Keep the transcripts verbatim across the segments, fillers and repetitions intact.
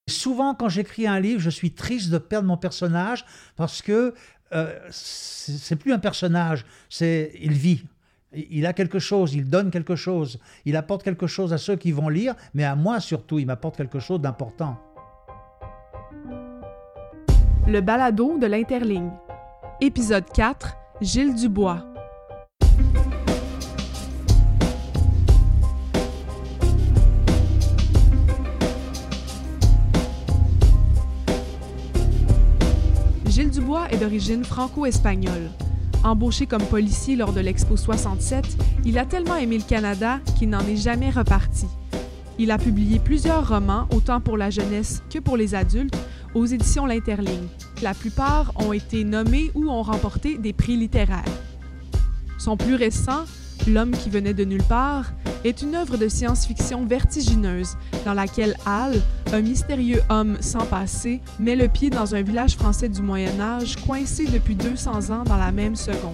Souvent, quand j'écris un livre, je suis triste de perdre mon personnage parce que euh, c'est, c'est plus un personnage, c'est, il vit. Il a quelque chose, il donne quelque chose, il apporte quelque chose à ceux qui vont lire, mais à moi surtout, il m'apporte quelque chose d'important. Le balado de l'Interligne. Épisode quatre, Gilles Dubois. Gilles Dubois est d'origine franco-espagnole. Embauché comme policier lors de l'Expo soixante-sept, il a tellement aimé le Canada qu'il n'en est jamais reparti. Il a publié plusieurs romans, autant pour la jeunesse que pour les adultes, aux éditions L'Interligne. La plupart ont été nommés ou ont remporté des prix littéraires. Son plus récent, L'homme qui venait de nulle part, est une œuvre de science-fiction vertigineuse dans laquelle Hal, un mystérieux homme sans passé, met le pied dans un village français du Moyen Âge coincé depuis deux cents ans dans la même seconde.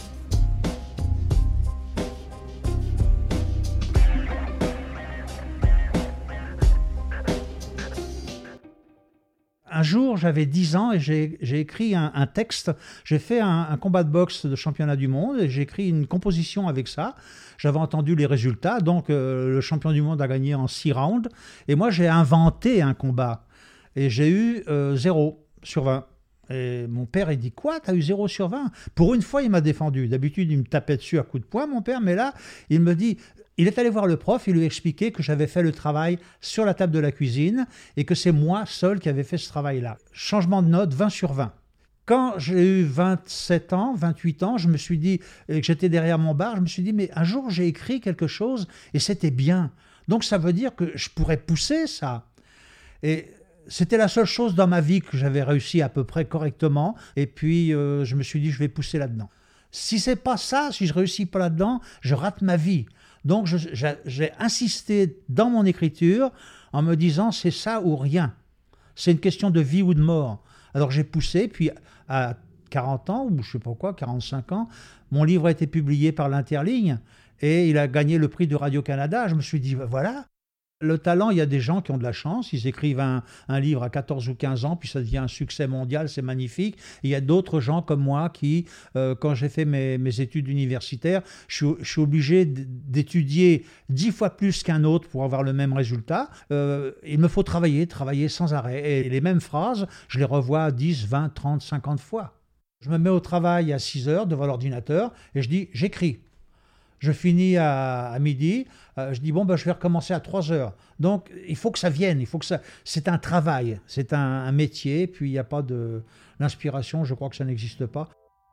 Un jour, j'avais dix ans et j'ai, j'ai écrit un, un texte. J'ai fait un, un combat de boxe de championnat du monde et j'ai écrit une composition avec ça. J'avais entendu les résultats. Donc, euh, le champion du monde a gagné en six rounds. Et moi, j'ai inventé un combat. Et j'ai eu euh, zéro sur vingt. Et mon père, il dit « Quoi, t'as eu zéro sur vingt ?» Pour une fois, il m'a défendu. D'habitude, il me tapait dessus à coups de poing, mon père. Mais là, il me dit... Il est allé voir le prof, il lui a expliqué que j'avais fait le travail sur la table de la cuisine et que c'est moi seul qui avais fait ce travail-là. Changement de note, vingt sur vingt. Quand j'ai eu vingt-sept ans, vingt-huit ans, je me suis dit, et que j'étais derrière mon bar, je me suis dit, mais un jour j'ai écrit quelque chose et c'était bien. Donc ça veut dire que je pourrais pousser ça. Et c'était la seule chose dans ma vie que j'avais réussi à peu près correctement. Et puis euh, je me suis dit, je vais pousser là-dedans. Si c'est pas ça, si je réussis pas là-dedans, je rate ma vie. Donc, je, j'ai, j'ai insisté dans mon écriture en me disant c'est ça ou rien. C'est une question de vie ou de mort. Alors, j'ai poussé, puis à quarante ans, ou je ne sais pas quoi, quarante-cinq ans, mon livre a été publié par l'Interligne et il a gagné le prix de Radio-Canada. Je me suis dit, voilà. Le talent, il y a des gens qui ont de la chance, ils écrivent un, un livre à quatorze ou quinze ans, puis ça devient un succès mondial, c'est magnifique. Et il y a d'autres gens comme moi qui, euh, quand j'ai fait mes, mes études universitaires, je suis, je suis obligé d'étudier dix fois plus qu'un autre pour avoir le même résultat. Euh, il me faut travailler, travailler sans arrêt. Et les mêmes phrases, je les revois dix, vingt, trente, cinquante fois. Je me mets au travail à six heures devant l'ordinateur et je dis « j'écris ». Je finis à, à midi, euh, je dis bon ben je vais recommencer à trois heures. Donc il faut que ça vienne, il faut que ça. C'est un travail, c'est un, un métier, puis il n'y a pas de l'inspiration, je crois que ça n'existe pas.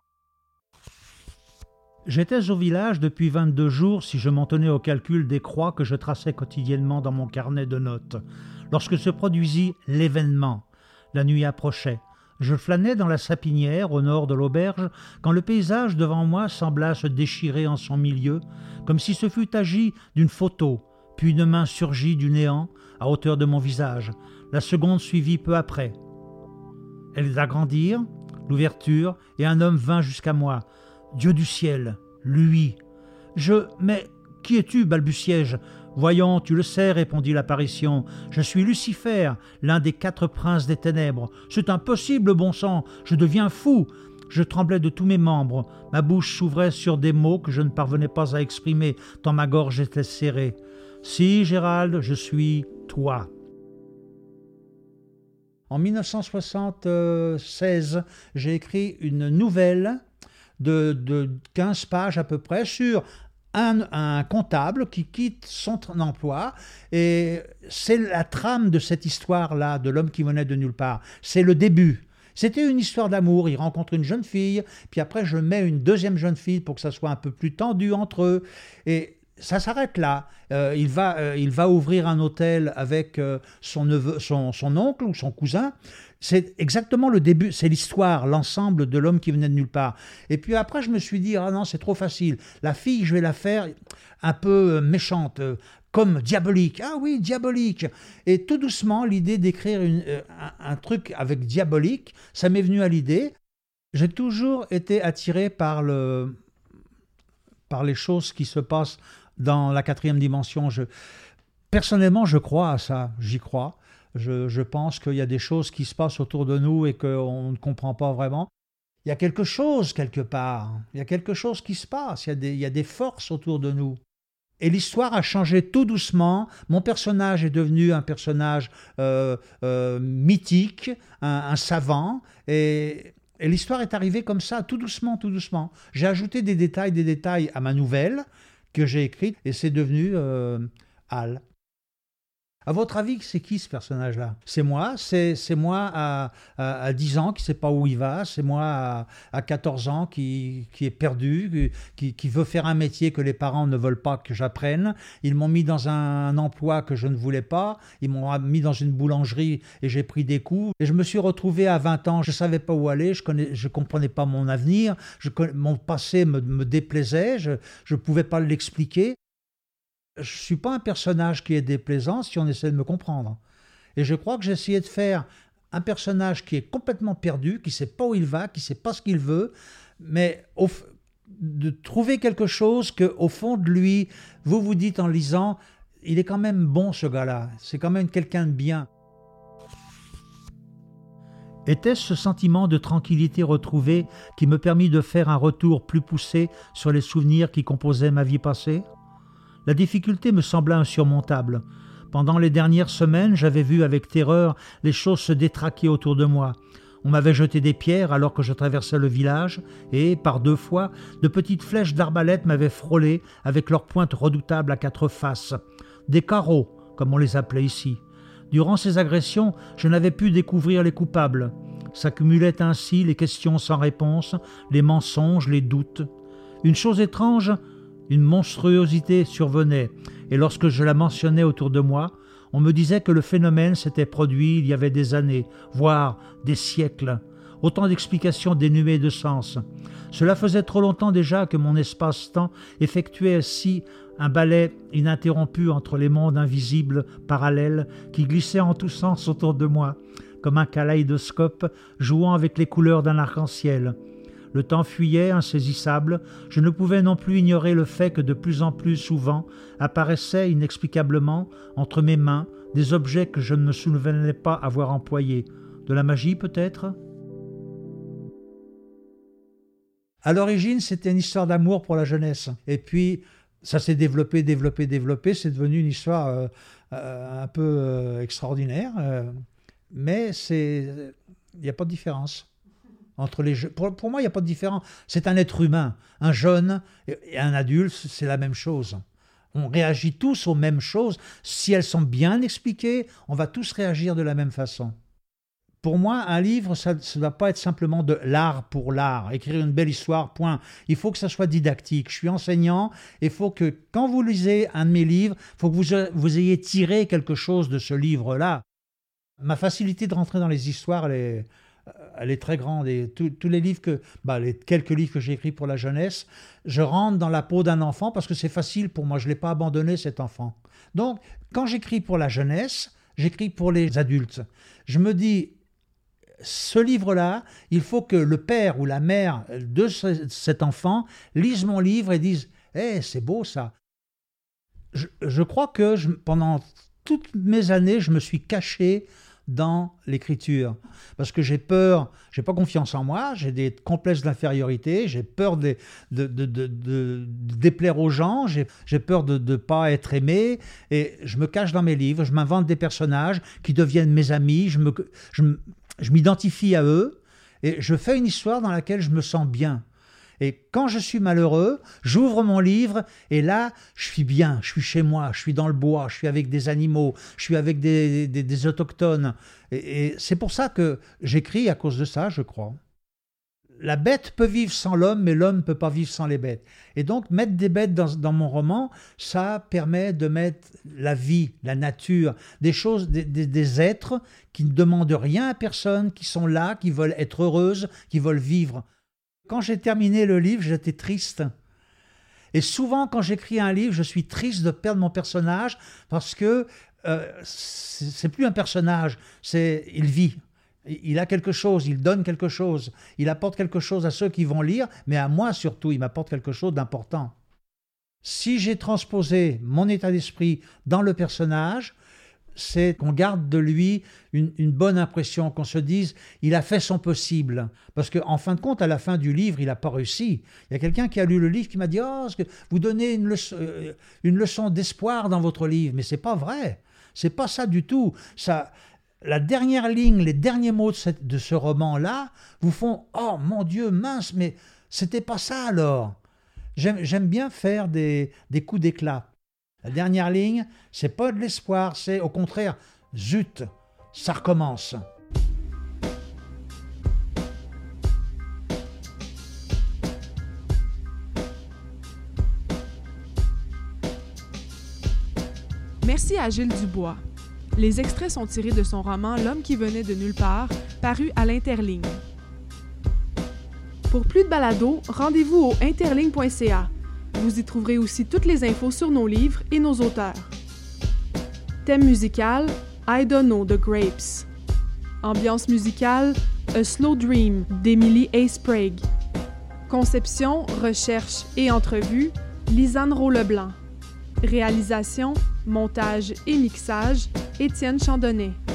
J'étais au village depuis vingt-deux jours si je m'en tenais au calcul des croix que je traçais quotidiennement dans mon carnet de notes. Lorsque se produisit l'événement, la nuit approchait. Je flânais dans la sapinière au nord de l'auberge quand le paysage devant moi sembla se déchirer en son milieu, comme si ce fût agi d'une photo, puis une main surgit du néant à hauteur de mon visage. La seconde suivit peu après. Elles agrandirent, l'ouverture, et un homme vint jusqu'à moi. Dieu du ciel, lui. Je... Mais qui es-tu, balbutiai-je. Voyons, tu le sais, répondit l'apparition. Je suis Lucifer, l'un des quatre princes des ténèbres. C'est impossible, bon sang, je deviens fou. Je tremblais de tous mes membres. Ma bouche s'ouvrait sur des mots que je ne parvenais pas à exprimer, tant ma gorge était serrée. Si, Gérald, je suis toi. En dix-neuf cent soixante-seize, j'ai écrit une nouvelle de, de quinze pages à peu près sur Un, un comptable qui quitte son emploi et c'est la trame de cette histoire-là, de l'homme qui venait de nulle part. C'est le début. C'était une histoire d'amour, il rencontre une jeune fille, puis après je mets une deuxième jeune fille pour que ça soit un peu plus tendu entre eux. Et ça s'arrête là. Euh, il, va, euh, il va ouvrir un hôtel avec euh, son, neveu, son, son oncle ou son cousin. C'est exactement le début, c'est l'histoire, l'ensemble de l'homme qui venait de nulle part. Et puis après, je me suis dit, ah non, c'est trop facile. La fille, je vais la faire un peu méchante, comme diabolique. Ah oui, diabolique. Et tout doucement, l'idée d'écrire une, un, un truc avec diabolique, ça m'est venu à l'idée. J'ai toujours été attiré par, le, par les choses qui se passent dans la quatrième dimension. Je, personnellement, je crois à ça, j'y crois. Je, je pense qu'il y a des choses qui se passent autour de nous et qu'on ne comprend pas vraiment. Il y a quelque chose quelque part, il y a quelque chose qui se passe, il y a des, il y a des forces autour de nous. Et l'histoire a changé tout doucement. Mon personnage est devenu un personnage euh, euh, mythique, un, un savant, et, et l'histoire est arrivée comme ça, tout doucement, tout doucement. J'ai ajouté des détails, des détails à ma nouvelle que j'ai écrite, et c'est devenu euh, Hal. À votre avis, c'est qui ce personnage-là? C'est moi, c'est, c'est moi à, à, à dix ans qui ne sait pas où il va, c'est moi à, à quatorze ans qui, qui est perdu, qui, qui veut faire un métier que les parents ne veulent pas que j'apprenne. Ils m'ont mis dans un emploi que je ne voulais pas, ils m'ont mis dans une boulangerie et j'ai pris des coups. Et je me suis retrouvé à vingt ans, je ne savais pas où aller, je ne comprenais pas mon avenir, je, mon passé me, me déplaisait, je ne pouvais pas l'expliquer. Je ne suis pas un personnage qui est déplaisant si on essaie de me comprendre. Et je crois que j'ai essayé de faire un personnage qui est complètement perdu, qui ne sait pas où il va, qui ne sait pas ce qu'il veut, mais au, de trouver quelque chose qu'au fond de lui, vous vous dites en lisant, il est quand même bon ce gars-là, c'est quand même quelqu'un de bien. Était-ce ce sentiment de tranquillité retrouvée qui me permit de faire un retour plus poussé sur les souvenirs qui composaient ma vie passée ? La difficulté me sembla insurmontable. Pendant les dernières semaines, j'avais vu avec terreur les choses se détraquer autour de moi. On m'avait jeté des pierres alors que je traversais le village et, par deux fois, de petites flèches d'arbalète m'avaient frôlé avec leurs pointes redoutables à quatre faces. Des carreaux, comme on les appelait ici. Durant ces agressions, je n'avais pu découvrir les coupables. S'accumulaient ainsi les questions sans réponse, les mensonges, les doutes. Une chose étrange, une monstruosité survenait, et lorsque je la mentionnais autour de moi, on me disait que le phénomène s'était produit il y avait des années, voire des siècles. Autant d'explications dénuées de sens. Cela faisait trop longtemps déjà que mon espace-temps effectuait ainsi un balai ininterrompu entre les mondes invisibles, parallèles, qui glissaient en tous sens autour de moi, comme un kaléidoscope jouant avec les couleurs d'un arc-en-ciel. Le temps fuyait, insaisissable. Je ne pouvais non plus ignorer le fait que de plus en plus souvent apparaissaient inexplicablement entre mes mains des objets que je ne me souvenais pas avoir employés. De la magie peut-être ? À l'origine, c'était une histoire d'amour pour la jeunesse. Et puis, ça s'est développé, développé, développé. C'est devenu une histoire euh, euh, un peu euh, extraordinaire. Euh, mais c'est... il n'y a pas de différence. Entre les jeux. Pour, pour moi, il n'y a pas de différence. C'est un être humain. Un jeune et un adulte, c'est la même chose. On réagit tous aux mêmes choses. Si elles sont bien expliquées, on va tous réagir de la même façon. Pour moi, un livre, ça ne doit pas être simplement de l'art pour l'art, écrire une belle histoire, point. Il faut que ça soit didactique. Je suis enseignant et il faut que, quand vous lisez un de mes livres, il faut que vous, vous ayez tiré quelque chose de ce livre-là. Ma facilité de rentrer dans les histoires, elle est... elle est très grande et tous, tous les livres que, bah, les quelques livres que j'ai écrits pour la jeunesse, je rentre dans la peau d'un enfant parce que c'est facile pour moi, je ne l'ai pas abandonné cet enfant. Donc, quand j'écris pour la jeunesse, j'écris pour les adultes. Je me dis, ce livre-là, il faut que le père ou la mère de ce, cet enfant lise mon livre et dise « Eh, c'est beau ça ». Je, je crois que je, pendant toutes mes années, je me suis caché dans l'écriture, parce que j'ai peur, j'ai pas confiance en moi, j'ai des complexes d'infériorité, j'ai peur de, de, de, de, de déplaire aux gens, j'ai, j'ai peur de ne pas être aimé, et je me cache dans mes livres, je m'invente des personnages qui deviennent mes amis, je, me, je, je m'identifie à eux, et je fais une histoire dans laquelle je me sens bien. Et quand je suis malheureux, j'ouvre mon livre et là, je suis bien, je suis chez moi, je suis dans le bois, je suis avec des animaux, je suis avec des, des, des autochtones. Et, et c'est pour ça que j'écris à cause de ça, je crois. La bête peut vivre sans l'homme, mais l'homme ne peut pas vivre sans les bêtes. Et donc, mettre des bêtes dans, dans mon roman, ça permet de mettre la vie, la nature, des choses, des, des, des êtres qui ne demandent rien à personne, qui sont là, qui veulent être heureuses, qui veulent vivre. Quand j'ai terminé le livre, j'étais triste. Et souvent, quand j'écris un livre, je suis triste de perdre mon personnage parce que euh, c'est, c'est plus un personnage, c'est, il vit. Il a quelque chose, il donne quelque chose, il apporte quelque chose à ceux qui vont lire, mais à moi surtout, il m'apporte quelque chose d'important. Si j'ai transposé mon état d'esprit dans le personnage, c'est qu'on garde de lui une, une bonne impression, qu'on se dise il a fait son possible. Parce qu'en fin de compte, à la fin du livre, il n'a pas réussi. Il y a quelqu'un qui a lu le livre qui m'a dit oh, est-ce que vous donnez une leçon, euh, une leçon d'espoir dans votre livre. Mais c'est pas vrai. C'est pas ça du tout. Ça, la dernière ligne, les derniers mots de, cette, de ce roman-là vous font oh mon Dieu, mince, mais c'était pas ça alors. J'aime, j'aime bien faire des, des coups d'éclat. La dernière ligne, c'est pas de l'espoir, c'est au contraire, zut, ça recommence. Merci à Gilles Dubois. Les extraits sont tirés de son roman L'homme qui venait de nulle part, paru à l'Interligne. Pour plus de balados, rendez-vous au interligne point c a. Vous y trouverez aussi toutes les infos sur nos livres et nos auteurs. Thème musical, I Don't Know the Grapes. Ambiance musicale, A Slow Dream d'Emily A. Sprague. Conception, recherche et entrevue, Lisanne Roux-Leblanc. Réalisation, montage et mixage, Étienne Chandonnet.